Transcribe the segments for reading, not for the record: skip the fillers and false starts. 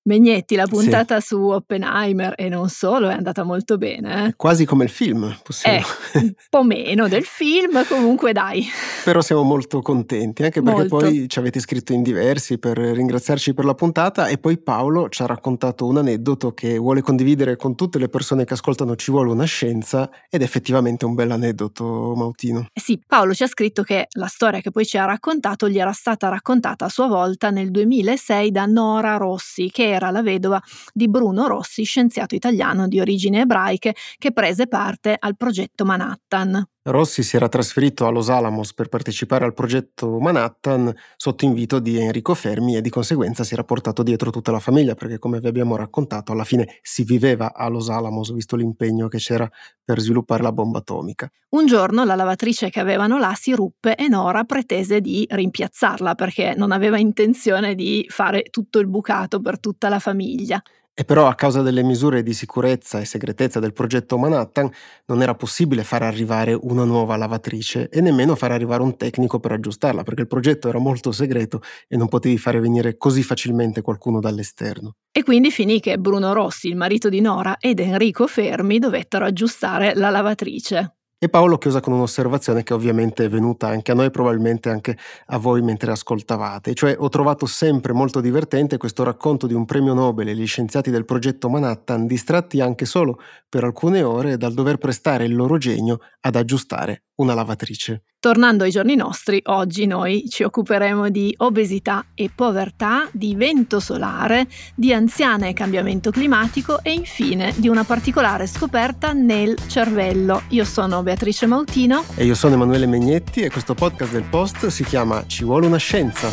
Megnetti, la Sì. puntata su Oppenheimer e non solo è andata molto bene. È quasi come il film, possiamo. Un po' meno del film, comunque dai. Però siamo molto contenti, anche perché Molto. poi ci avete scritto in diversi per ringraziarci per la puntata, e poi Paolo ci ha raccontato un aneddoto che vuole condividere con tutte le persone che ascoltano Ci vuole una scienza, ed è effettivamente un bel aneddoto, Mautino. Sì, Paolo ci ha scritto che la storia che poi ci ha raccontato gli era stata raccontata a sua volta nel 2006 da Nora Rossi, che era la vedova di Bruno Rossi, scienziato italiano di origini ebraiche che prese parte al progetto Manhattan. Rossi si era trasferito a Los Alamos per partecipare al progetto Manhattan sotto invito di Enrico Fermi, e di conseguenza si era portato dietro tutta la famiglia, perché come vi abbiamo raccontato alla fine si viveva a Los Alamos, visto l'impegno che c'era per sviluppare la bomba atomica. Un giorno la lavatrice che avevano là si ruppe e Nora pretese di rimpiazzarla perché non aveva intenzione di fare tutto il bucato per tutta la famiglia. E però a causa delle misure di sicurezza e segretezza del progetto Manhattan non era possibile far arrivare una nuova lavatrice e nemmeno far arrivare un tecnico per aggiustarla, perché il progetto era molto segreto e non potevi fare venire così facilmente qualcuno dall'esterno. E quindi finì che Bruno Rossi, il marito di Nora, ed Enrico Fermi dovettero aggiustare la lavatrice. E Paolo chiusa con un'osservazione che ovviamente è venuta anche a noi, probabilmente anche a voi mentre ascoltavate, cioè: ho trovato sempre molto divertente questo racconto di un premio Nobel e gli scienziati del progetto Manhattan distratti anche solo per alcune ore dal dover prestare il loro genio ad aggiustare una lavatrice. Tornando ai giorni nostri, oggi noi ci occuperemo di obesità e povertà, di vento solare, di anziane e cambiamento climatico e infine di una particolare scoperta nel cervello. Io sono Beatrice Mautino. E io sono Emanuele Megnetti e questo podcast del Post si chiama Ci vuole una scienza.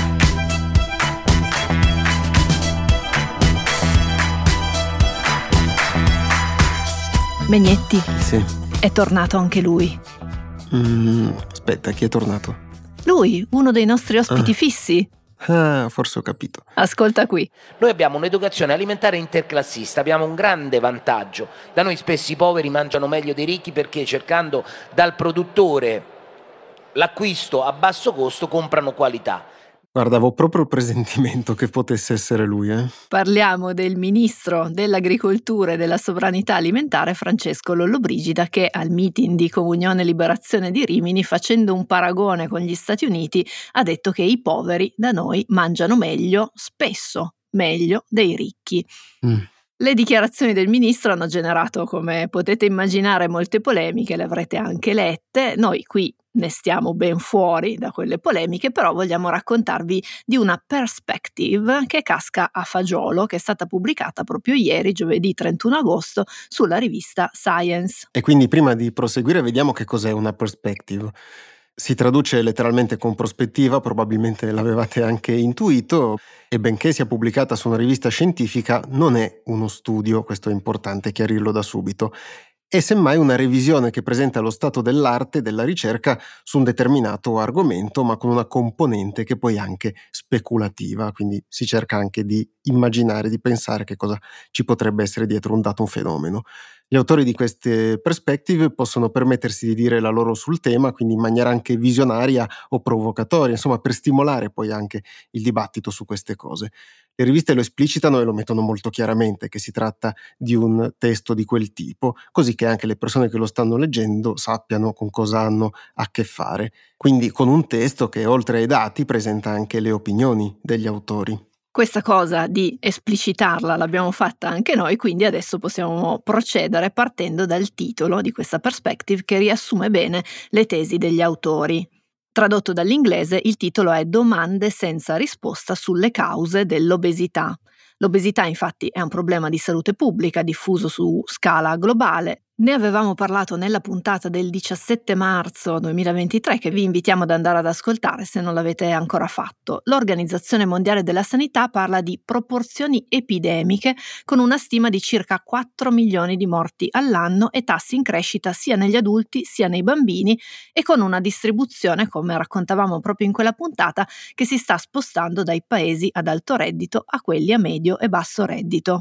Megnetti, Sì. è tornato anche lui. Aspetta, chi è tornato? Lui, uno dei nostri ospiti fissi. Forse ho capito. Ascolta qui. Noi abbiamo un'educazione alimentare interclassista, abbiamo un grande vantaggio. Da noi spesso i poveri mangiano meglio dei ricchi perché cercando dal produttore l'acquisto a basso costo comprano qualità. Guarda, avevo proprio il presentimento che potesse essere lui, Parliamo del ministro dell'Agricoltura e della Sovranità Alimentare Francesco Lollobrigida, che al meeting di Comunione e Liberazione di Rimini, facendo un paragone con gli Stati Uniti, ha detto che i poveri da noi mangiano meglio, spesso meglio dei ricchi. Le dichiarazioni del ministro hanno generato, come potete immaginare, molte polemiche, le avrete anche lette. Noi qui ne stiamo ben fuori da quelle polemiche, però vogliamo raccontarvi di una perspective che casca a fagiolo, che è stata pubblicata proprio ieri, giovedì 31 agosto, sulla rivista Science. E quindi prima di proseguire vediamo che cos'è una perspective. Si traduce letteralmente con prospettiva, probabilmente l'avevate anche intuito, e benché sia pubblicata su una rivista scientifica, non è uno studio, questo è importante chiarirlo da subito. È semmai una revisione che presenta lo stato dell'arte e della ricerca su un determinato argomento, ma con una componente che poi è anche speculativa, quindi si cerca anche di immaginare, di pensare che cosa ci potrebbe essere dietro un dato, un fenomeno. Gli autori di queste perspective possono permettersi di dire la loro sul tema, quindi in maniera anche visionaria o provocatoria, insomma per stimolare poi anche il dibattito su queste cose. Le riviste lo esplicitano e lo mettono molto chiaramente che si tratta di un testo di quel tipo, così che anche le persone che lo stanno leggendo sappiano con cosa hanno a che fare. Quindi con un testo che oltre ai dati presenta anche le opinioni degli autori. Questa cosa di esplicitarla l'abbiamo fatta anche noi, quindi adesso possiamo procedere partendo dal titolo di questa perspective che riassume bene le tesi degli autori. Tradotto dall'inglese, il titolo è Domande senza risposta sulle cause dell'obesità. L'obesità infatti è un problema di salute pubblica diffuso su scala globale. Ne avevamo parlato nella puntata del 17 marzo 2023 che vi invitiamo ad andare ad ascoltare se non l'avete ancora fatto. L'Organizzazione Mondiale della Sanità parla di proporzioni epidemiche con una stima di circa 4 milioni di morti all'anno e tassi in crescita sia negli adulti sia nei bambini e con una distribuzione, come raccontavamo proprio in quella puntata, che si sta spostando dai paesi ad alto reddito a quelli a medio e basso reddito.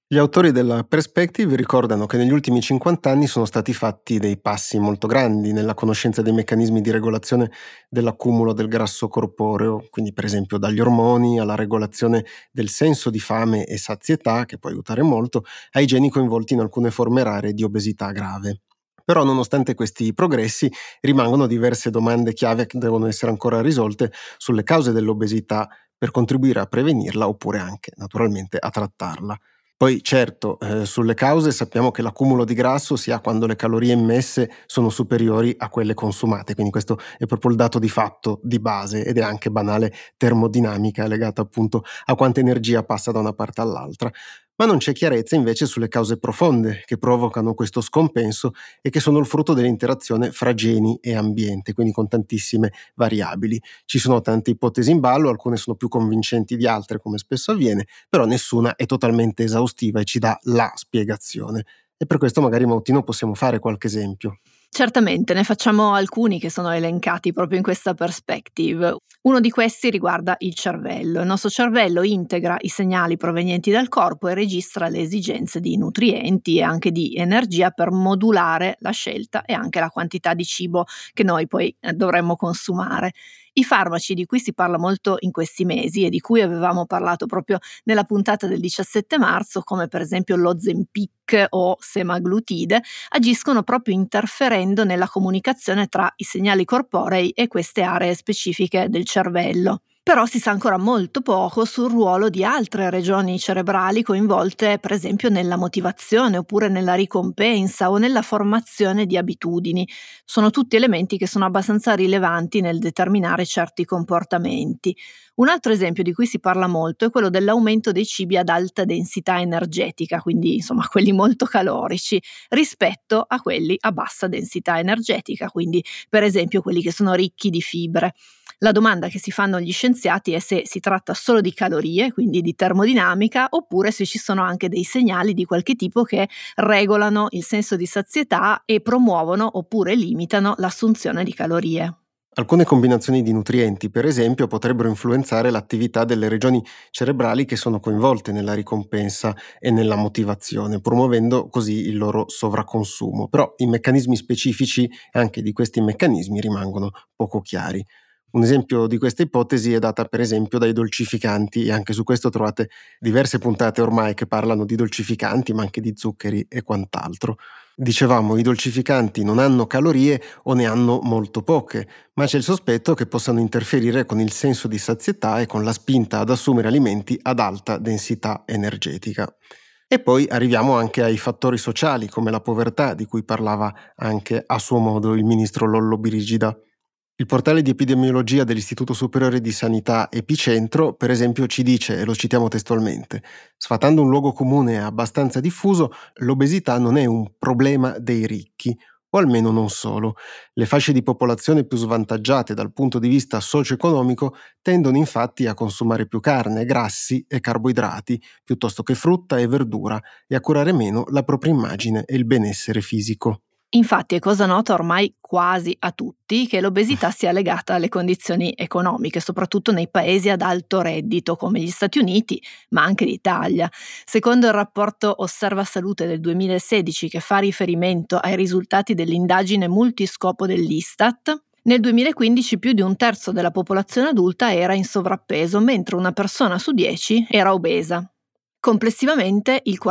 Gli autori della Perspective ricordano che negli ultimi 50 anni sono stati fatti dei passi molto grandi nella conoscenza dei meccanismi di regolazione dell'accumulo del grasso corporeo, quindi per esempio dagli ormoni alla regolazione del senso di fame e sazietà, che può aiutare molto, ai geni coinvolti in alcune forme rare di obesità grave. Però nonostante questi progressi rimangono diverse domande chiave che devono essere ancora risolte sulle cause dell'obesità per contribuire a prevenirla oppure anche naturalmente a trattarla. Poi certo, sulle cause sappiamo che l'accumulo di grasso si ha quando le calorie immesse sono superiori a quelle consumate, quindi questo è proprio il dato di fatto di base ed è anche banale termodinamica legata appunto a quanta energia passa da una parte all'altra. Ma non c'è chiarezza invece sulle cause profonde che provocano questo scompenso e che sono il frutto dell'interazione fra geni e ambiente, quindi con tantissime variabili. Ci sono tante ipotesi in ballo, alcune sono più convincenti di altre, come spesso avviene, però nessuna è totalmente esaustiva e ci dà la spiegazione. E per questo magari, Mautino, possiamo fare qualche esempio. Certamente, ne facciamo alcuni che sono elencati proprio in questa perspective. Uno di questi riguarda il cervello. Il nostro cervello integra i segnali provenienti dal corpo e registra le esigenze di nutrienti e anche di energia per modulare la scelta e anche la quantità di cibo che noi poi dovremmo consumare. I farmaci di cui si parla molto in questi mesi e di cui avevamo parlato proprio nella puntata del 17 marzo, come per esempio l'Ozempic o semaglutide, agiscono proprio interferendo nella comunicazione tra i segnali corporei e queste aree specifiche del cervello. Però si sa ancora molto poco sul ruolo di altre regioni cerebrali coinvolte per esempio nella motivazione oppure nella ricompensa o nella formazione di abitudini. Sono tutti elementi che sono abbastanza rilevanti nel determinare certi comportamenti. Un altro esempio di cui si parla molto è quello dell'aumento dei cibi ad alta densità energetica, quindi insomma quelli molto calorici, rispetto a quelli a bassa densità energetica, quindi per esempio quelli che sono ricchi di fibre. La domanda che si fanno gli scienziati è se si tratta solo di calorie, quindi di termodinamica, oppure se ci sono anche dei segnali di qualche tipo che regolano il senso di sazietà e promuovono oppure limitano l'assunzione di calorie. Alcune combinazioni di nutrienti, per esempio, potrebbero influenzare l'attività delle regioni cerebrali che sono coinvolte nella ricompensa e nella motivazione, promuovendo così il loro sovraconsumo. Però i meccanismi specifici anche di questi meccanismi rimangono poco chiari. Un esempio di questa ipotesi è data per esempio dai dolcificanti e anche su questo trovate diverse puntate ormai che parlano di dolcificanti ma anche di zuccheri e quant'altro. Dicevamo, i dolcificanti non hanno calorie o ne hanno molto poche, ma c'è il sospetto che possano interferire con il senso di sazietà e con la spinta ad assumere alimenti ad alta densità energetica. E poi arriviamo anche ai fattori sociali come la povertà, di cui parlava anche a suo modo il ministro Lollobrigida. Il portale di epidemiologia dell'Istituto Superiore di Sanità Epicentro, per esempio, ci dice, e lo citiamo testualmente: sfatando un luogo comune abbastanza diffuso, l'obesità non è un problema dei ricchi, o almeno non solo. Le fasce di popolazione più svantaggiate dal punto di vista socio-economico tendono infatti a consumare più carne, grassi e carboidrati, piuttosto che frutta e verdura, e a curare meno la propria immagine e il benessere fisico. Infatti è cosa nota ormai quasi a tutti che l'obesità sia legata alle condizioni economiche, soprattutto nei paesi ad alto reddito come gli Stati Uniti, ma anche l'Italia. Secondo il rapporto Osserva Salute del 2016, che fa riferimento ai risultati dell'indagine multiscopo dell'Istat, nel 2015 più di un terzo della popolazione adulta era in sovrappeso, mentre una persona su 10 era obesa. Complessivamente il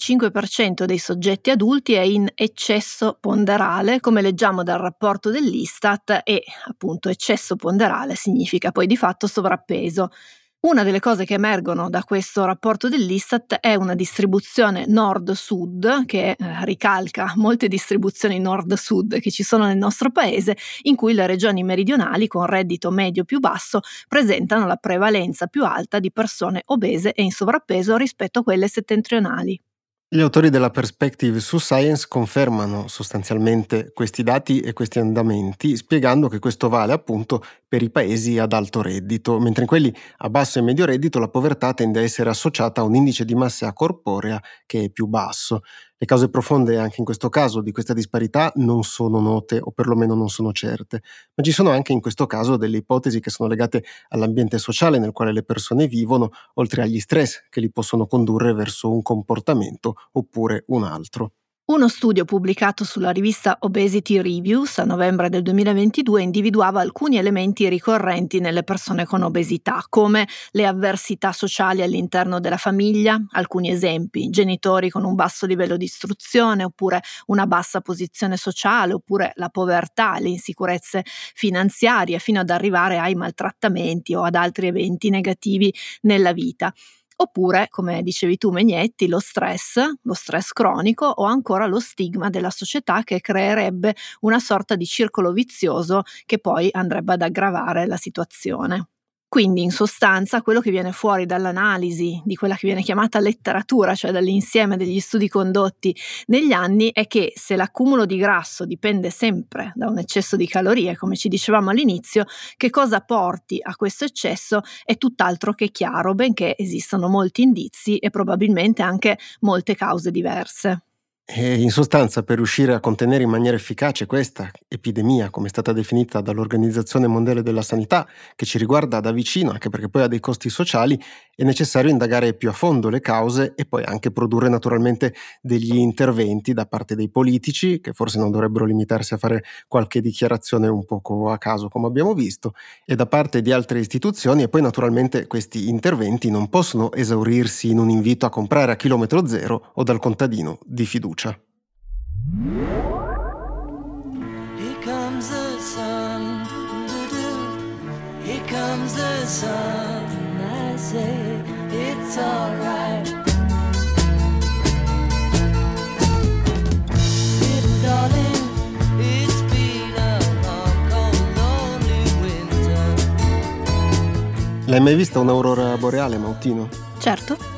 45% dei soggetti adulti è in eccesso ponderale, come leggiamo dal rapporto dell'Istat, e appunto eccesso ponderale significa poi di fatto sovrappeso. Una delle cose che emergono da questo rapporto dell'Istat è una distribuzione nord-sud che ricalca molte distribuzioni nord-sud che ci sono nel nostro paese, in cui le regioni meridionali con reddito medio più basso presentano la prevalenza più alta di persone obese e in sovrappeso rispetto a quelle settentrionali. Gli autori della Perspective su Science confermano sostanzialmente questi dati e questi andamenti, spiegando che questo vale appunto per i paesi ad alto reddito, mentre in quelli a basso e medio reddito la povertà tende a essere associata a un indice di massa corporea che è più basso. Le cause profonde anche in questo caso di questa disparità non sono note o perlomeno non sono certe, ma ci sono anche in questo caso delle ipotesi che sono legate all'ambiente sociale nel quale le persone vivono, oltre agli stress che li possono condurre verso un comportamento oppure un altro. Uno studio pubblicato sulla rivista Obesity Reviews a novembre del 2022 individuava alcuni elementi ricorrenti nelle persone con obesità, come le avversità sociali all'interno della famiglia, alcuni esempi, genitori con un basso livello di istruzione, oppure una bassa posizione sociale, oppure la povertà, le insicurezze finanziarie, fino ad arrivare ai maltrattamenti o ad altri eventi negativi nella vita. Oppure, come dicevi tu Megnetti, lo stress cronico o ancora lo stigma della società che creerebbe una sorta di circolo vizioso che poi andrebbe ad aggravare la situazione. Quindi in sostanza quello che viene fuori dall'analisi di quella che viene chiamata letteratura, cioè dall'insieme degli studi condotti negli anni, è che se l'accumulo di grasso dipende sempre da un eccesso di calorie, come ci dicevamo all'inizio, che cosa porti a questo eccesso è tutt'altro che chiaro, benché esistano molti indizi e probabilmente anche molte cause diverse. E in sostanza, per riuscire a contenere in maniera efficace questa epidemia, come è stata definita dall'Organizzazione Mondiale della Sanità, che ci riguarda da vicino, anche perché poi ha dei costi sociali, è necessario indagare più a fondo le cause e poi anche produrre naturalmente degli interventi da parte dei politici, che forse non dovrebbero limitarsi a fare qualche dichiarazione un poco a caso, come abbiamo visto, e da parte di altre istituzioni, e poi naturalmente questi interventi non possono esaurirsi in un invito a comprare a chilometro zero o dal contadino di fiducia. Here comes the sun, here comes the sun, I say it's alright. Little darling, it's been a long, cold, lonely winter. L'hai mai vista un'aurora boreale, Mautino? Certo.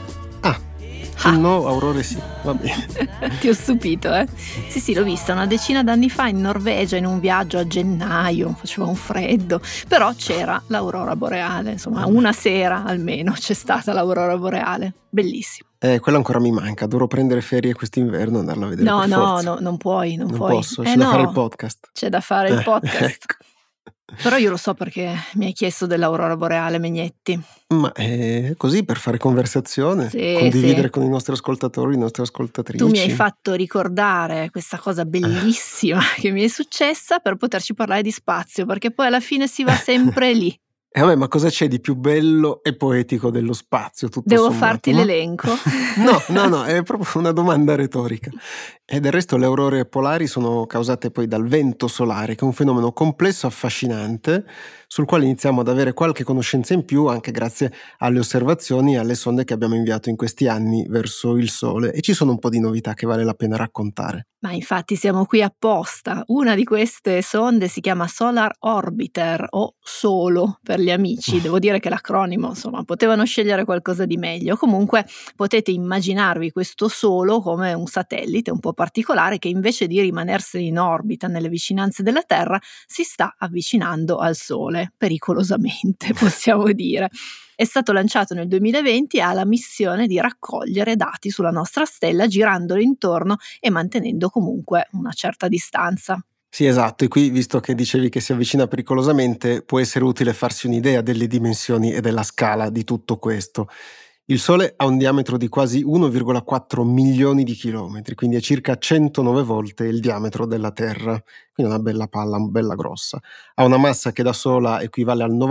No, aurore sì, va bene. Ti ho stupito, eh? Sì, l'ho vista una decina d'anni fa in Norvegia in un viaggio a gennaio, faceva un freddo, però c'era l'aurora boreale, insomma una sera almeno c'è stata l'aurora boreale, bellissimo. Quello ancora mi manca, dovrò prendere ferie quest'inverno e andarla a vedere per forza. No, non puoi. Non posso, c'è da fare il podcast. C'è da fare il podcast. Ecco. Però io lo so perché mi hai chiesto dell'aurora boreale, Megnetti. Ma è così, per fare conversazione, Sì, condividere sì. con i nostri ascoltatori, le nostre ascoltatrici. Tu mi hai fatto ricordare questa cosa bellissima che mi è successa per poterci parlare di spazio, perché poi alla fine si va sempre lì. Vabbè, ma cosa c'è di più bello e poetico dello spazio? Tutto Devo sommato, farti no? l'elenco? No, è proprio una domanda retorica. E del resto le aurore polari sono causate poi dal vento solare, che è un fenomeno complesso e affascinante, sul quale iniziamo ad avere qualche conoscenza in più anche grazie alle osservazioni e alle sonde che abbiamo inviato in questi anni verso il Sole. E ci sono un po' di novità che vale la pena raccontare. Ma infatti siamo qui apposta. Una di queste sonde si chiama Solar Orbiter o SOLO per gli amici. Devo dire che l'acronimo, insomma, potevano scegliere qualcosa di meglio. Comunque potete immaginarvi questo SOLO come un satellite un po' particolare che invece di rimanersene in orbita nelle vicinanze della Terra si sta avvicinando al Sole, pericolosamente possiamo dire. È stato lanciato nel 2020 e ha la missione di raccogliere dati sulla nostra stella girandolo intorno e mantenendo comunque una certa distanza. Sì, esatto, e qui, visto che dicevi che si avvicina pericolosamente, può essere utile farsi un'idea delle dimensioni e della scala di tutto questo. Il Sole ha un diametro di quasi 1,4 milioni di chilometri, quindi è circa 109 volte il diametro della Terra, quindi una bella palla, bella grossa. Ha una massa che da sola equivale al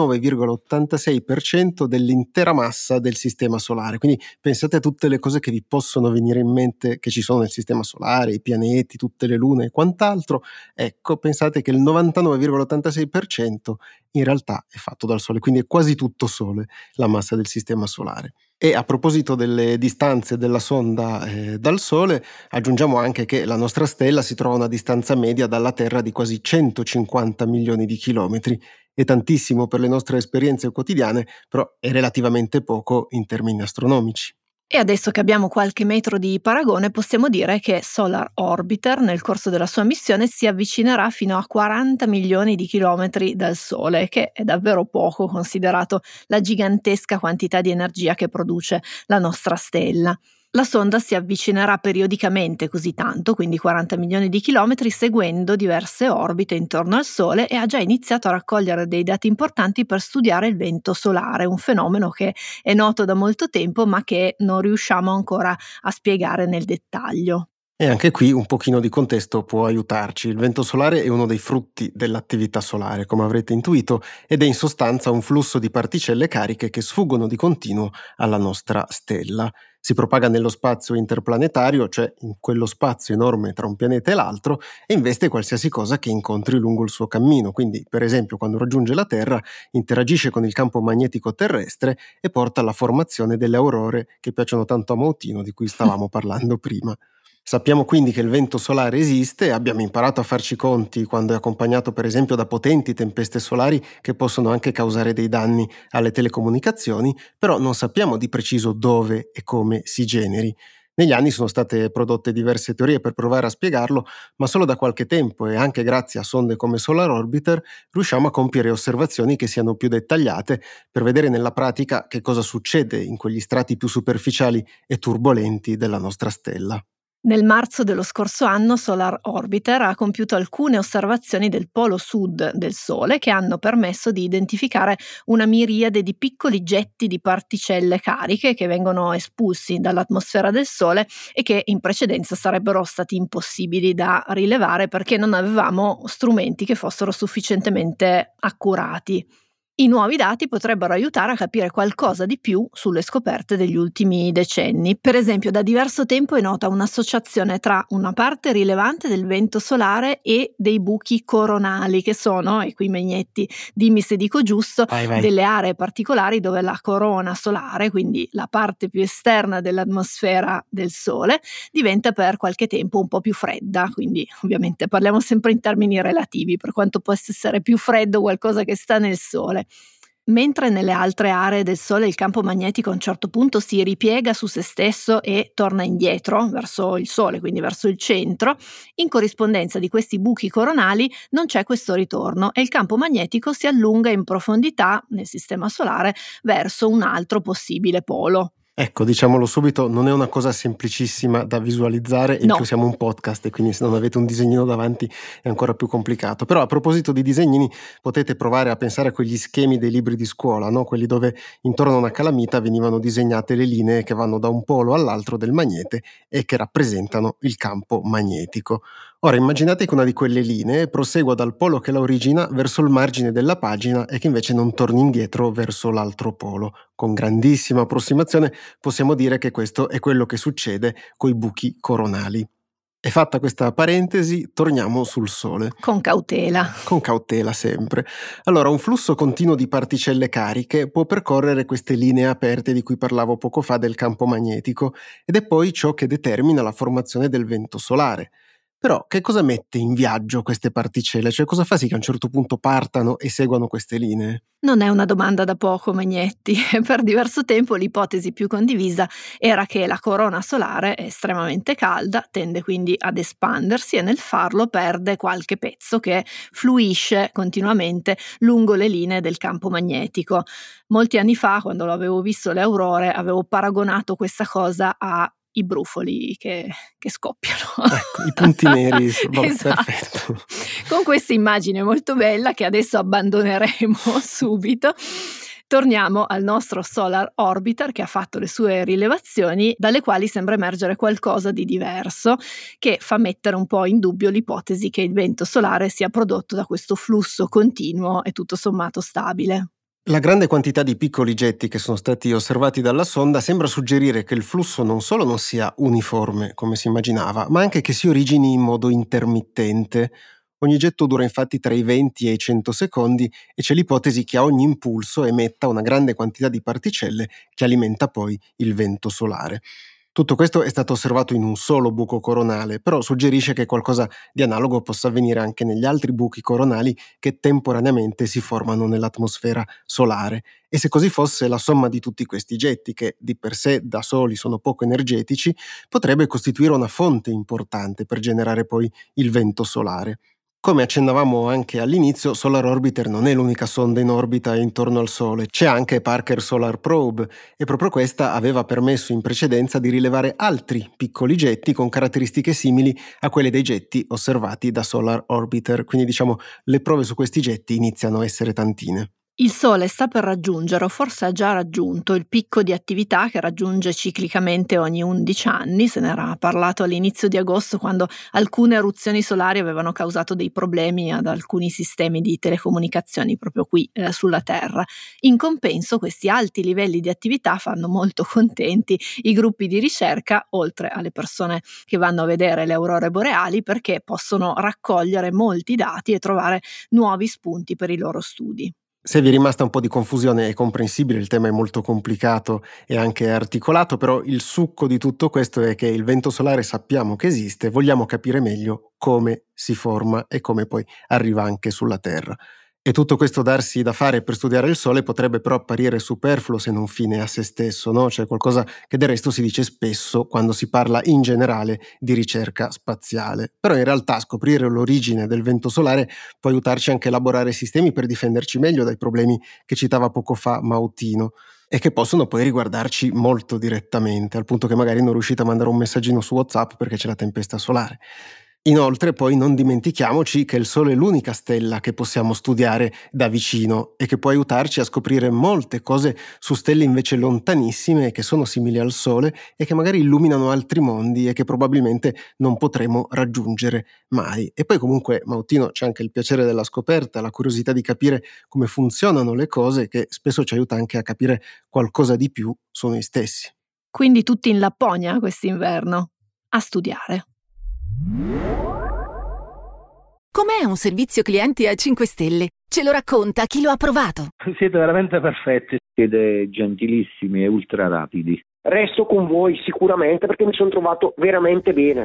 99,86% dell'intera massa del Sistema Solare, quindi pensate a tutte le cose che vi possono venire in mente che ci sono nel Sistema Solare, i pianeti, tutte le lune e quant'altro. Ecco, pensate che il 99,86% in realtà è fatto dal Sole, quindi è quasi tutto Sole la massa del Sistema Solare. E a proposito delle distanze della sonda dal Sole, aggiungiamo anche che la nostra stella si trova a una distanza media dalla Terra di quasi 150 milioni di chilometri. È tantissimo per le nostre esperienze quotidiane, però è relativamente poco in termini astronomici. E adesso che abbiamo qualche metro di paragone, possiamo dire che Solar Orbiter nel corso della sua missione si avvicinerà fino a 40 milioni di chilometri dal Sole, che è davvero poco considerato la gigantesca quantità di energia che produce la nostra stella. La sonda si avvicinerà periodicamente così tanto, quindi 40 milioni di chilometri, seguendo diverse orbite intorno al Sole e ha già iniziato a raccogliere dei dati importanti per studiare il vento solare, un fenomeno che è noto da molto tempo ma che non riusciamo ancora a spiegare nel dettaglio. E anche qui un pochino di contesto può aiutarci. Il vento solare è uno dei frutti dell'attività solare, come avrete intuito, ed è in sostanza un flusso di particelle cariche che sfuggono di continuo alla nostra stella. Si propaga nello spazio interplanetario, cioè in quello spazio enorme tra un pianeta e l'altro, e investe qualsiasi cosa che incontri lungo il suo cammino. Quindi, per esempio, quando raggiunge la Terra, interagisce con il campo magnetico terrestre e porta alla formazione delle aurore che piacciono tanto a Mautino, di cui stavamo parlando prima. Sappiamo quindi che il vento solare esiste, abbiamo imparato a farci conti quando è accompagnato per esempio da potenti tempeste solari che possono anche causare dei danni alle telecomunicazioni, però non sappiamo di preciso dove e come si generi. Negli anni sono state prodotte diverse teorie per provare a spiegarlo, ma solo da qualche tempo e anche grazie a sonde come Solar Orbiter riusciamo a compiere osservazioni che siano più dettagliate per vedere nella pratica che cosa succede in quegli strati più superficiali e turbolenti della nostra stella. Nel marzo dello scorso anno Solar Orbiter ha compiuto alcune osservazioni del polo sud del Sole che hanno permesso di identificare una miriade di piccoli getti di particelle cariche che vengono espulsi dall'atmosfera del Sole e che in precedenza sarebbero stati impossibili da rilevare perché non avevamo strumenti che fossero sufficientemente accurati. I nuovi dati potrebbero aiutare a capire qualcosa di più sulle scoperte degli ultimi decenni. Per esempio, da diverso tempo è nota un'associazione tra una parte rilevante del vento solare e dei buchi coronali, che sono, e qui Megnetti, dimmi se dico giusto, Vai. delle aree particolari dove la corona solare, quindi la parte più esterna dell'atmosfera del Sole, diventa per qualche tempo un po' più fredda. Quindi ovviamente parliamo sempre in termini relativi, per quanto possa essere più freddo qualcosa che sta nel Sole. Mentre nelle altre aree del Sole il campo magnetico a un certo punto si ripiega su se stesso e torna indietro verso il Sole, quindi verso il centro, in corrispondenza di questi buchi coronali non c'è questo ritorno e il campo magnetico si allunga in profondità nel sistema solare verso un altro possibile polo. Ecco, diciamolo subito, non è una cosa semplicissima da visualizzare, in No. più siamo un podcast e quindi se non avete un disegnino davanti è ancora più complicato. Però a proposito di disegnini, potete provare a pensare a quegli schemi dei libri di scuola, no? Quelli dove intorno a una calamita venivano disegnate le linee che vanno da un polo all'altro del magnete e che rappresentano il campo magnetico. Ora immaginate che una di quelle linee prosegua dal polo che la origina verso il margine della pagina e che invece non torni indietro verso l'altro polo. Con grandissima approssimazione possiamo dire che questo è quello che succede coi buchi coronali. E fatta questa parentesi, torniamo sul Sole. Con cautela. Con cautela sempre. Allora, un flusso continuo di particelle cariche può percorrere queste linee aperte di cui parlavo poco fa del campo magnetico ed è poi ciò che determina la formazione del vento solare. Però che cosa mette in viaggio queste particelle? Cioè cosa fa sì che a un certo punto partano e seguano queste linee? Non è una domanda da poco, Megnetti. Per diverso tempo l'ipotesi più condivisa era che la corona solare è estremamente calda, tende quindi ad espandersi e nel farlo perde qualche pezzo che fluisce continuamente lungo le linee del campo magnetico. Molti anni fa, quando avevo visto le aurore, avevo paragonato questa cosa ai brufoli che scoppiano. Ecco, i punti neri, vabbè, Esatto. perfetto. Con questa immagine molto bella che adesso abbandoneremo subito, torniamo al nostro Solar Orbiter che ha fatto le sue rilevazioni, dalle quali sembra emergere qualcosa di diverso che fa mettere un po' in dubbio l'ipotesi che il vento solare sia prodotto da questo flusso continuo e tutto sommato stabile. La grande quantità di piccoli getti che sono stati osservati dalla sonda sembra suggerire che il flusso non solo non sia uniforme, come si immaginava, ma anche che si origini in modo intermittente. Ogni getto dura infatti tra i 20 e i 100 secondi e c'è l'ipotesi che a ogni impulso emetta una grande quantità di particelle che alimenta poi il vento solare. Tutto questo è stato osservato in un solo buco coronale, però suggerisce che qualcosa di analogo possa avvenire anche negli altri buchi coronali che temporaneamente si formano nell'atmosfera solare. E se così fosse, la somma di tutti questi getti, che di per sé da soli sono poco energetici, potrebbe costituire una fonte importante per generare poi il vento solare. Come accennavamo anche all'inizio, Solar Orbiter non è l'unica sonda in orbita intorno al Sole, c'è anche Parker Solar Probe e proprio questa aveva permesso in precedenza di rilevare altri piccoli getti con caratteristiche simili a quelle dei getti osservati da Solar Orbiter, quindi diciamo le prove su questi getti iniziano a essere tantine. Il Sole sta per raggiungere, o forse ha già raggiunto, il picco di attività che raggiunge ciclicamente ogni 11 anni. Se n'era parlato all'inizio di agosto, quando alcune eruzioni solari avevano causato dei problemi ad alcuni sistemi di telecomunicazioni proprio qui sulla Terra. In compenso, questi alti livelli di attività fanno molto contenti i gruppi di ricerca, oltre alle persone che vanno a vedere le aurore boreali, perché possono raccogliere molti dati e trovare nuovi spunti per i loro studi. Se vi è rimasta un po' di confusione è comprensibile, il tema è molto complicato e anche articolato, però il succo di tutto questo è che il vento solare sappiamo che esiste, vogliamo capire meglio come si forma e come poi arriva anche sulla Terra. E tutto questo darsi da fare per studiare il Sole potrebbe però apparire superfluo se non fine a se stesso, no? Cioè qualcosa che del resto si dice spesso quando si parla in generale di ricerca spaziale. Però in realtà scoprire l'origine del vento solare può aiutarci anche a elaborare sistemi per difenderci meglio dai problemi che citava poco fa Mautino e che possono poi riguardarci molto direttamente, al punto che magari non riuscite a mandare un messaggino su WhatsApp perché c'è la tempesta solare. Inoltre poi non dimentichiamoci che il Sole è l'unica stella che possiamo studiare da vicino e che può aiutarci a scoprire molte cose su stelle invece lontanissime che sono simili al Sole e che magari illuminano altri mondi e che probabilmente non potremo raggiungere mai. E poi comunque Mautino c'è anche il piacere della scoperta, la curiosità di capire come funzionano le cose che spesso ci aiuta anche a capire qualcosa di più su noi stessi. Quindi tutti in Lapponia quest'inverno, a studiare. Com'è un servizio clienti a 5 stelle? Ce lo racconta chi lo ha provato. Siete veramente perfetti, siete gentilissimi e ultra rapidi. Resto con voi sicuramente perché mi sono trovato veramente bene.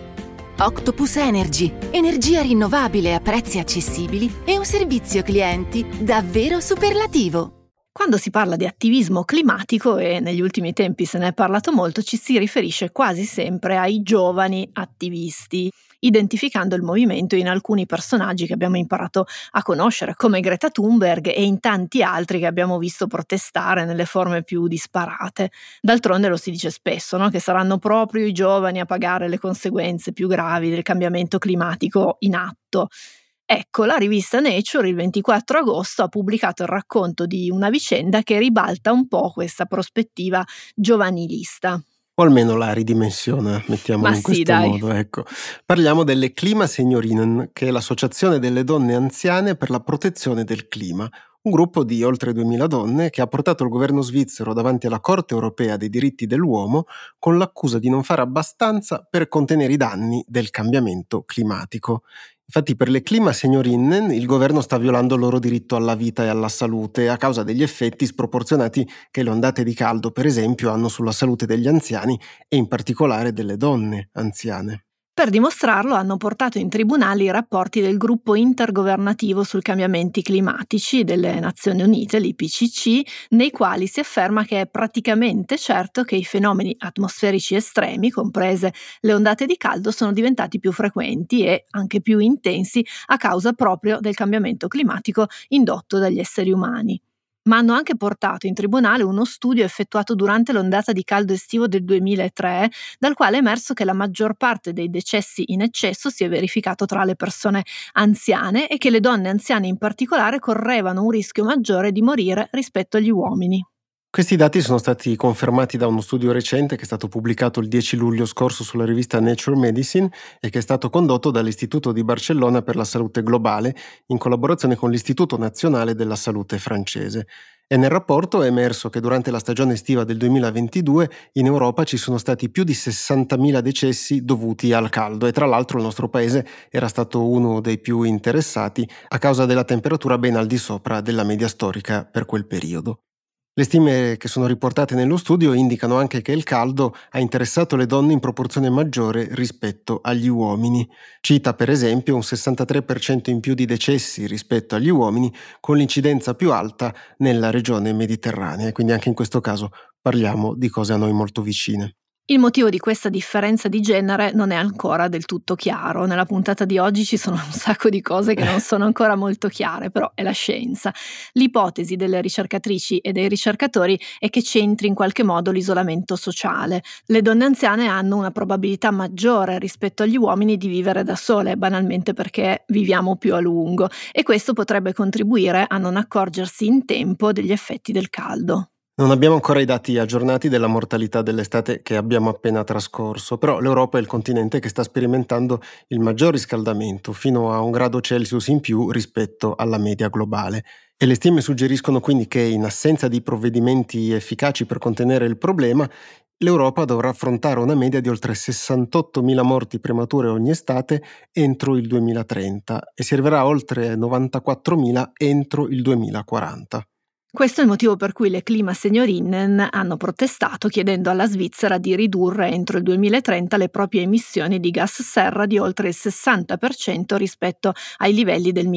Octopus Energy, energia rinnovabile a prezzi accessibili e un servizio clienti davvero superlativo. Quando si parla di attivismo climatico, e negli ultimi tempi se ne è parlato molto, ci si riferisce quasi sempre ai giovani attivisti, identificando il movimento in alcuni personaggi che abbiamo imparato a conoscere, come Greta Thunberg e in tanti altri che abbiamo visto protestare nelle forme più disparate. D'altronde lo si dice spesso, no? Che saranno proprio i giovani a pagare le conseguenze più gravi del cambiamento climatico in atto. Ecco, la rivista Nature il 24 agosto ha pubblicato il racconto di una vicenda che ribalta un po' questa prospettiva giovanilista. O almeno la ridimensiona, mettiamolo Ma in sì, questo dai. modo, ecco. Parliamo delle Klimasegnorinnen, che è l'associazione delle donne anziane per la protezione del clima, un gruppo di oltre 2000 donne che ha portato il governo svizzero davanti alla Corte europea dei diritti dell'uomo con l'accusa di non fare abbastanza per contenere i danni del cambiamento climatico. Infatti per le Klimasegnorinnen il governo sta violando il loro diritto alla vita e alla salute a causa degli effetti sproporzionati che le ondate di caldo, per esempio, hanno sulla salute degli anziani e in particolare delle donne anziane. Per dimostrarlo hanno portato in tribunale i rapporti del gruppo intergovernativo sul cambiamenti climatici delle Nazioni Unite, l'IPCC, nei quali si afferma che è praticamente certo che i fenomeni atmosferici estremi, comprese le ondate di caldo, sono diventati più frequenti e anche più intensi a causa proprio del cambiamento climatico indotto dagli esseri umani. Ma hanno anche portato in tribunale uno studio effettuato durante l'ondata di caldo estivo del 2003, dal quale è emerso che la maggior parte dei decessi in eccesso si è verificato tra le persone anziane e che le donne anziane in particolare correvano un rischio maggiore di morire rispetto agli uomini. Questi dati sono stati confermati da uno studio recente che è stato pubblicato il 10 luglio scorso sulla rivista Nature Medicine e che è stato condotto dall'Istituto di Barcellona per la Salute Globale in collaborazione con l'Istituto Nazionale della Salute francese. E nel rapporto è emerso che durante la stagione estiva del 2022 in Europa ci sono stati più di 60.000 decessi dovuti al caldo e tra l'altro il nostro paese era stato uno dei più interessati a causa della temperatura ben al di sopra della media storica per quel periodo. Le stime che sono riportate nello studio indicano anche che il caldo ha interessato le donne in proporzione maggiore rispetto agli uomini. Cita per esempio un 63% in più di decessi rispetto agli uomini, con l'incidenza più alta nella regione mediterranea, quindi anche in questo caso parliamo di cose a noi molto vicine. Il motivo di questa differenza di genere non è ancora del tutto chiaro. Nella puntata di oggi ci sono un sacco di cose che non sono ancora molto chiare, però è la scienza. L'ipotesi delle ricercatrici e dei ricercatori è che c'entri in qualche modo l'isolamento sociale. Le donne anziane hanno una probabilità maggiore rispetto agli uomini di vivere da sole, banalmente perché viviamo più a lungo, e questo potrebbe contribuire a non accorgersi in tempo degli effetti del caldo. Non abbiamo ancora i dati aggiornati della mortalità dell'estate che abbiamo appena trascorso, però l'Europa è il continente che sta sperimentando il maggior riscaldamento, fino a 1 grado Celsius in più rispetto alla media globale. E le stime suggeriscono quindi che, in assenza di provvedimenti efficaci per contenere il problema, l'Europa dovrà affrontare una media di oltre 68.000 morti premature ogni estate entro il 2030 e si arriverà a oltre 94.000 entro il 2040. Questo è il motivo per cui le Klimaseniorinnen hanno protestato chiedendo alla Svizzera di ridurre entro il 2030 le proprie emissioni di gas serra di oltre il 60% rispetto ai livelli del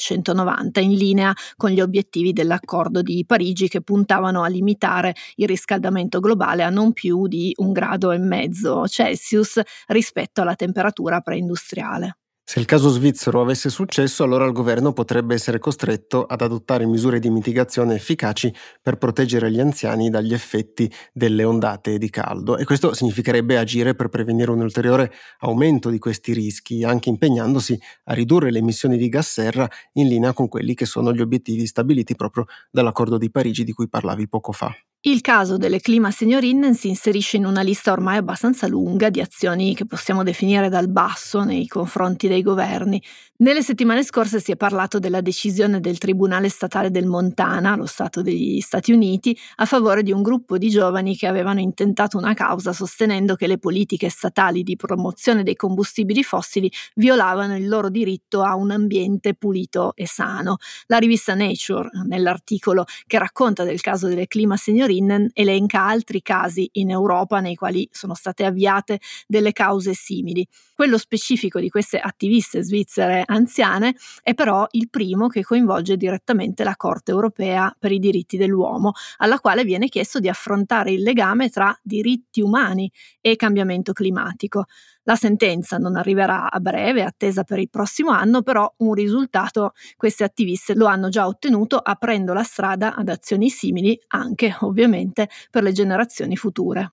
1990, in linea con gli obiettivi dell'Accordo di Parigi che puntavano a limitare il riscaldamento globale a non più di 1,5 gradi Celsius rispetto alla temperatura preindustriale. Se il caso svizzero avesse successo, allora il governo potrebbe essere costretto ad adottare misure di mitigazione efficaci per proteggere gli anziani dagli effetti delle ondate di caldo, e questo significherebbe agire per prevenire un ulteriore aumento di questi rischi, anche impegnandosi a ridurre le emissioni di gas serra in linea con quelli che sono gli obiettivi stabiliti proprio dall'Accordo di Parigi di cui parlavi poco fa. Il caso delle Klimaseniorinnen si inserisce in una lista ormai abbastanza lunga di azioni che possiamo definire dal basso nei confronti dei governi. Nelle settimane scorse si è parlato della decisione del Tribunale statale del Montana, lo Stato degli Stati Uniti, a favore di un gruppo di giovani che avevano intentato una causa sostenendo che le politiche statali di promozione dei combustibili fossili violavano il loro diritto a un ambiente pulito e sano. La rivista Nature, nell'articolo che racconta del caso delle Klimaseniorinnen, elenca altri casi in Europa nei quali sono state avviate delle cause simili. Quello specifico di queste attiviste svizzere anziane è però il primo che coinvolge direttamente la Corte europea per i diritti dell'uomo, alla quale viene chiesto di affrontare il legame tra diritti umani e cambiamento climatico. La sentenza non arriverà a breve, attesa per il prossimo anno, però un risultato queste attiviste lo hanno già ottenuto, aprendo la strada ad azioni simili anche, ovviamente, per le generazioni future.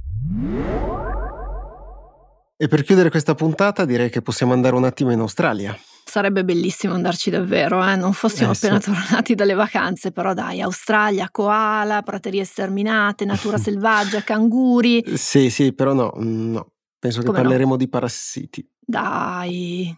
E per chiudere questa puntata direi che possiamo andare un attimo in Australia. Sarebbe bellissimo andarci davvero, non fossimo appena tornati dalle vacanze, però dai, Australia, koala, praterie sterminate, natura selvaggia, canguri. Sì, però no, penso che Come no? parleremo di parassiti. Dai.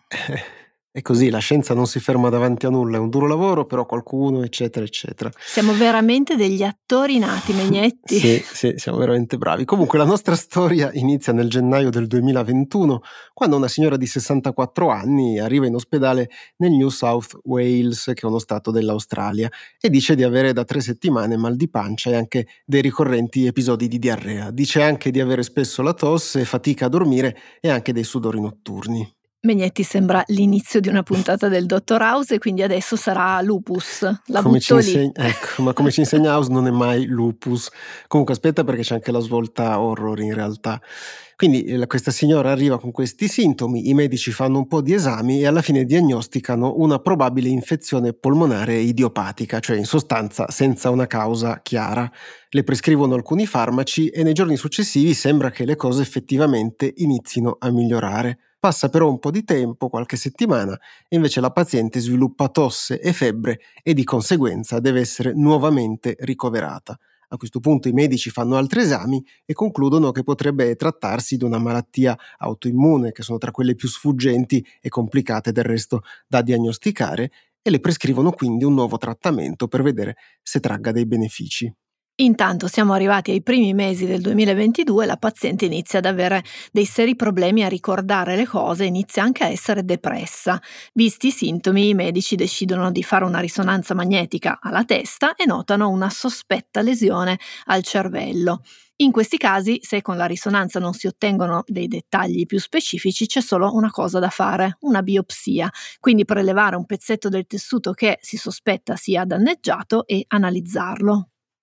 È così, la scienza non si ferma davanti a nulla, è un duro lavoro, però qualcuno, eccetera, eccetera. Siamo veramente degli attori nati, Megnetti. Sì, siamo veramente bravi. Comunque la nostra storia inizia nel gennaio del 2021, quando una signora di 64 anni arriva in ospedale nel New South Wales, che è uno stato dell'Australia, e dice di avere da 3 settimane mal di pancia e anche dei ricorrenti episodi di diarrea. Dice anche di avere spesso la tosse, fatica a dormire e anche dei sudori notturni. Megnetti sembra l'inizio di una puntata del Dottor House e quindi adesso sarà lupus. La Come butto lì. Ecco, ma come ci insegna House non è mai lupus. Comunque aspetta, perché c'è anche la svolta horror in realtà. Quindi questa signora arriva con questi sintomi, i medici fanno un po' di esami e alla fine diagnosticano una probabile infezione polmonare idiopatica, cioè in sostanza senza una causa chiara. Le prescrivono alcuni farmaci e nei giorni successivi sembra che le cose effettivamente inizino a migliorare. Passa però un po' di tempo, qualche settimana, e invece la paziente sviluppa tosse e febbre e di conseguenza deve essere nuovamente ricoverata. A questo punto i medici fanno altri esami e concludono che potrebbe trattarsi di una malattia autoimmune, che sono tra quelle più sfuggenti e complicate del resto da diagnosticare, e le prescrivono quindi un nuovo trattamento per vedere se tragga dei benefici. Intanto siamo arrivati ai primi mesi del 2022 e la paziente inizia ad avere dei seri problemi a ricordare le cose, inizia anche a essere depressa. Visti i sintomi, i medici decidono di fare una risonanza magnetica alla testa e notano una sospetta lesione al cervello. In questi casi, se con la risonanza non si ottengono dei dettagli più specifici, c'è solo una cosa da fare, una biopsia, quindi prelevare un pezzetto del tessuto che si sospetta sia danneggiato e analizzarlo.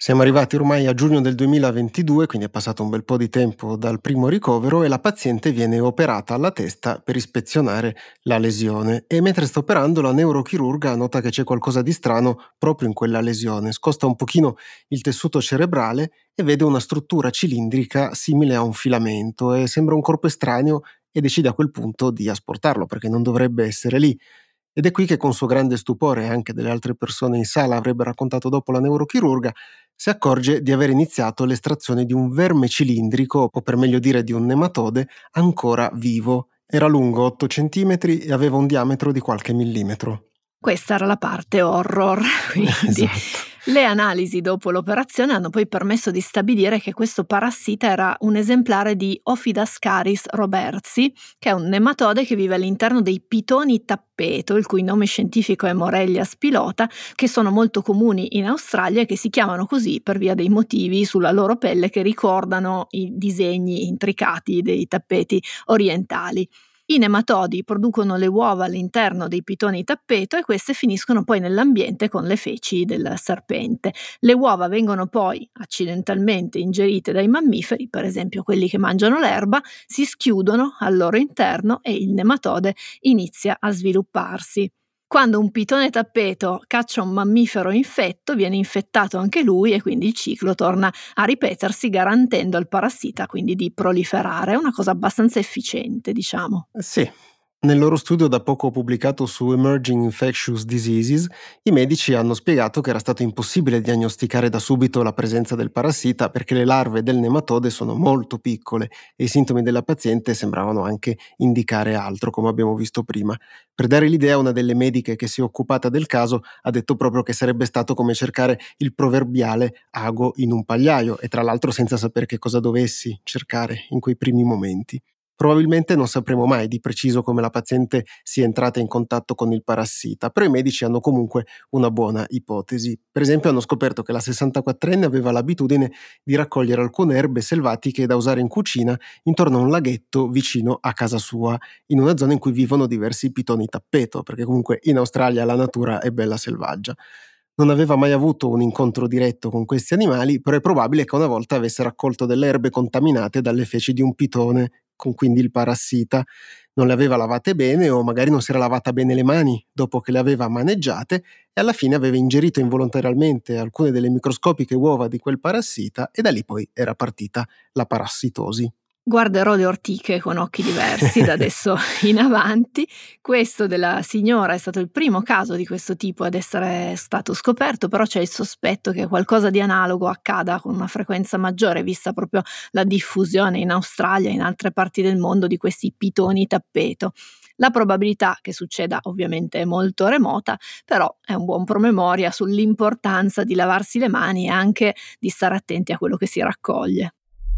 Siamo arrivati ormai a giugno del 2022, quindi è passato un bel po' di tempo dal primo ricovero e la paziente viene operata alla testa per ispezionare la lesione e mentre sta operando la neurochirurga nota che c'è qualcosa di strano proprio in quella lesione, scosta un pochino il tessuto cerebrale e vede una struttura cilindrica simile a un filamento e sembra un corpo estraneo e decide a quel punto di asportarlo perché non dovrebbe essere lì. Ed è qui che con suo grande stupore, anche delle altre persone in sala avrebbe raccontato dopo la neurochirurga, si accorge di aver iniziato l'estrazione di un verme cilindrico, o per meglio dire di un nematode, ancora vivo. Era lungo 8 centimetri e aveva un diametro di qualche millimetro. Questa era la parte horror, quindi Esatto. le analisi dopo l'operazione hanno poi permesso di stabilire che questo parassita era un esemplare di Ophidascaris robertsi, che è un nematode che vive all'interno dei pitoni tappeto, il cui nome scientifico è Morellia spilota, che sono molto comuni in Australia e che si chiamano così per via dei motivi sulla loro pelle che ricordano i disegni intricati dei tappeti orientali. I nematodi producono le uova all'interno dei pitoni tappeto e queste finiscono poi nell'ambiente con le feci del serpente. Le uova vengono poi accidentalmente ingerite dai mammiferi, per esempio quelli che mangiano l'erba, si schiudono al loro interno e il nematode inizia a svilupparsi. Quando un pitone tappeto caccia un mammifero infetto, viene infettato anche lui e quindi il ciclo torna a ripetersi, garantendo al parassita quindi di proliferare. È una cosa abbastanza efficiente, diciamo. Sì. Nel loro studio da poco pubblicato su Emerging Infectious Diseases, i medici hanno spiegato che era stato impossibile diagnosticare da subito la presenza del parassita perché le larve del nematode sono molto piccole e i sintomi della paziente sembravano anche indicare altro, come abbiamo visto prima. Per dare l'idea, una delle mediche che si è occupata del caso ha detto proprio che sarebbe stato come cercare il proverbiale ago in un pagliaio e tra l'altro senza sapere che cosa dovessi cercare in quei primi momenti. Probabilmente non sapremo mai di preciso come la paziente sia entrata in contatto con il parassita, però i medici hanno comunque una buona ipotesi. Per esempio hanno scoperto che la 64enne aveva l'abitudine di raccogliere alcune erbe selvatiche da usare in cucina intorno a un laghetto vicino a casa sua, in una zona in cui vivono diversi pitoni tappeto, perché comunque in Australia la natura è bella selvaggia. Non aveva mai avuto un incontro diretto con questi animali, però è probabile che una volta avesse raccolto delle erbe contaminate dalle feci di un pitone, con quindi il parassita. Non le aveva lavate bene o magari non si era lavata bene le mani dopo che le aveva maneggiate e alla fine aveva ingerito involontariamente alcune delle microscopiche uova di quel parassita e da lì poi era partita la parassitosi. Guarderò le ortiche con occhi diversi da adesso in avanti. Questo della signora è stato il primo caso di questo tipo ad essere stato scoperto, però c'è il sospetto che qualcosa di analogo accada con una frequenza maggiore, vista proprio la diffusione in Australia e in altre parti del mondo di questi pitoni tappeto. La probabilità che succeda ovviamente è molto remota, però è un buon promemoria sull'importanza di lavarsi le mani e anche di stare attenti a quello che si raccoglie.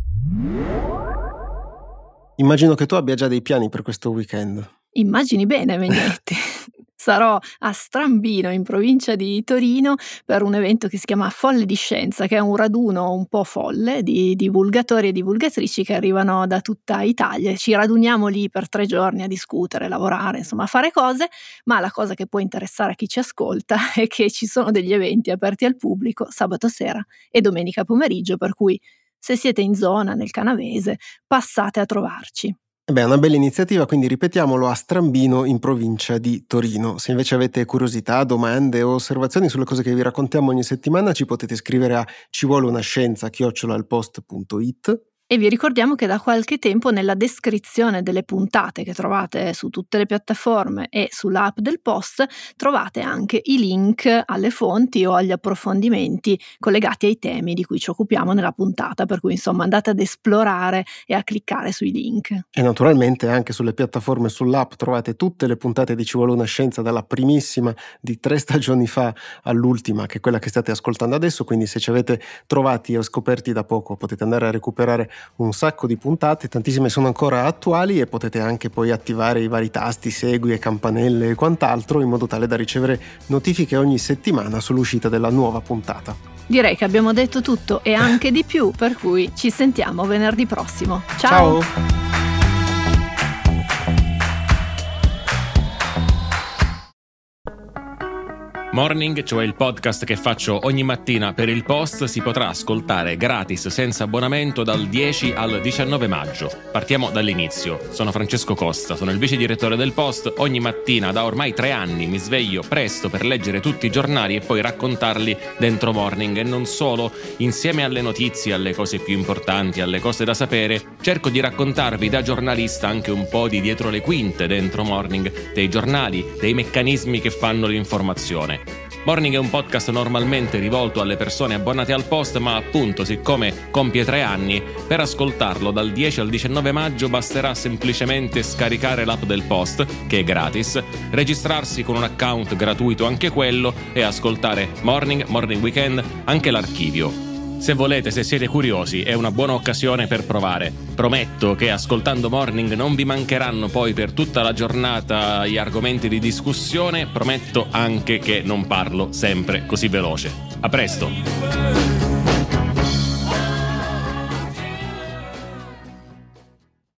Immagino che tu abbia già dei piani per questo weekend. Immagini bene, Megnetti. Sarò a Strambino, in provincia di Torino, per un evento che si chiama Folle di Scienza, che è un raduno un po' folle di divulgatori e divulgatrici che arrivano da tutta Italia. Ci raduniamo lì per 3 giorni a discutere, lavorare, insomma a fare cose, ma la cosa che può interessare a chi ci ascolta è che ci sono degli eventi aperti al pubblico sabato sera e domenica pomeriggio, per cui se siete in zona, nel Canavese, passate a trovarci. È una bella iniziativa, quindi ripetiamolo, a Strambino in provincia di Torino. Se invece avete curiosità, domande o osservazioni sulle cose che vi raccontiamo ogni settimana, ci potete scrivere a civuoleunascienza@ilpost.it. E vi ricordiamo che da qualche tempo nella descrizione delle puntate che trovate su tutte le piattaforme e sull'app del Post trovate anche i link alle fonti o agli approfondimenti collegati ai temi di cui ci occupiamo nella puntata, per cui insomma andate ad esplorare e a cliccare sui link. E naturalmente anche sulle piattaforme e sull'app trovate tutte le puntate di Ci vuole una scienza, dalla primissima di 3 stagioni fa all'ultima, che è quella che state ascoltando adesso, quindi se ci avete trovati o scoperti da poco potete andare a recuperare un sacco di puntate, tantissime sono ancora attuali e potete anche poi attivare i vari tasti, segui e campanelle e quant'altro in modo tale da ricevere notifiche ogni settimana sull'uscita della nuova puntata. Direi che abbiamo detto tutto e anche di più, per cui ci sentiamo venerdì prossimo. Ciao! Morning, cioè il podcast che faccio ogni mattina per il Post, si potrà ascoltare gratis senza abbonamento dal 10 al 19 maggio. Partiamo dall'inizio. Sono Francesco Costa, sono il vice direttore del Post. Ogni mattina da ormai 3 anni mi sveglio presto per leggere tutti i giornali e poi raccontarli dentro Morning, e non solo. Insieme alle notizie, alle cose più importanti, alle cose da sapere, cerco di raccontarvi da giornalista anche un po' di dietro le quinte dentro Morning, dei giornali, dei meccanismi che fanno l'informazione. Morning è un podcast normalmente rivolto alle persone abbonate al Post, ma appunto, siccome compie 3 anni, per ascoltarlo dal 10 al 19 maggio basterà semplicemente scaricare l'app del Post, che è gratis, registrarsi con un account gratuito anche quello e ascoltare Morning Weekend, anche l'archivio. Se volete, se siete curiosi, è una buona occasione per provare. Prometto che ascoltando Morning non vi mancheranno poi per tutta la giornata gli argomenti di discussione. Prometto anche che non parlo sempre così veloce. A presto!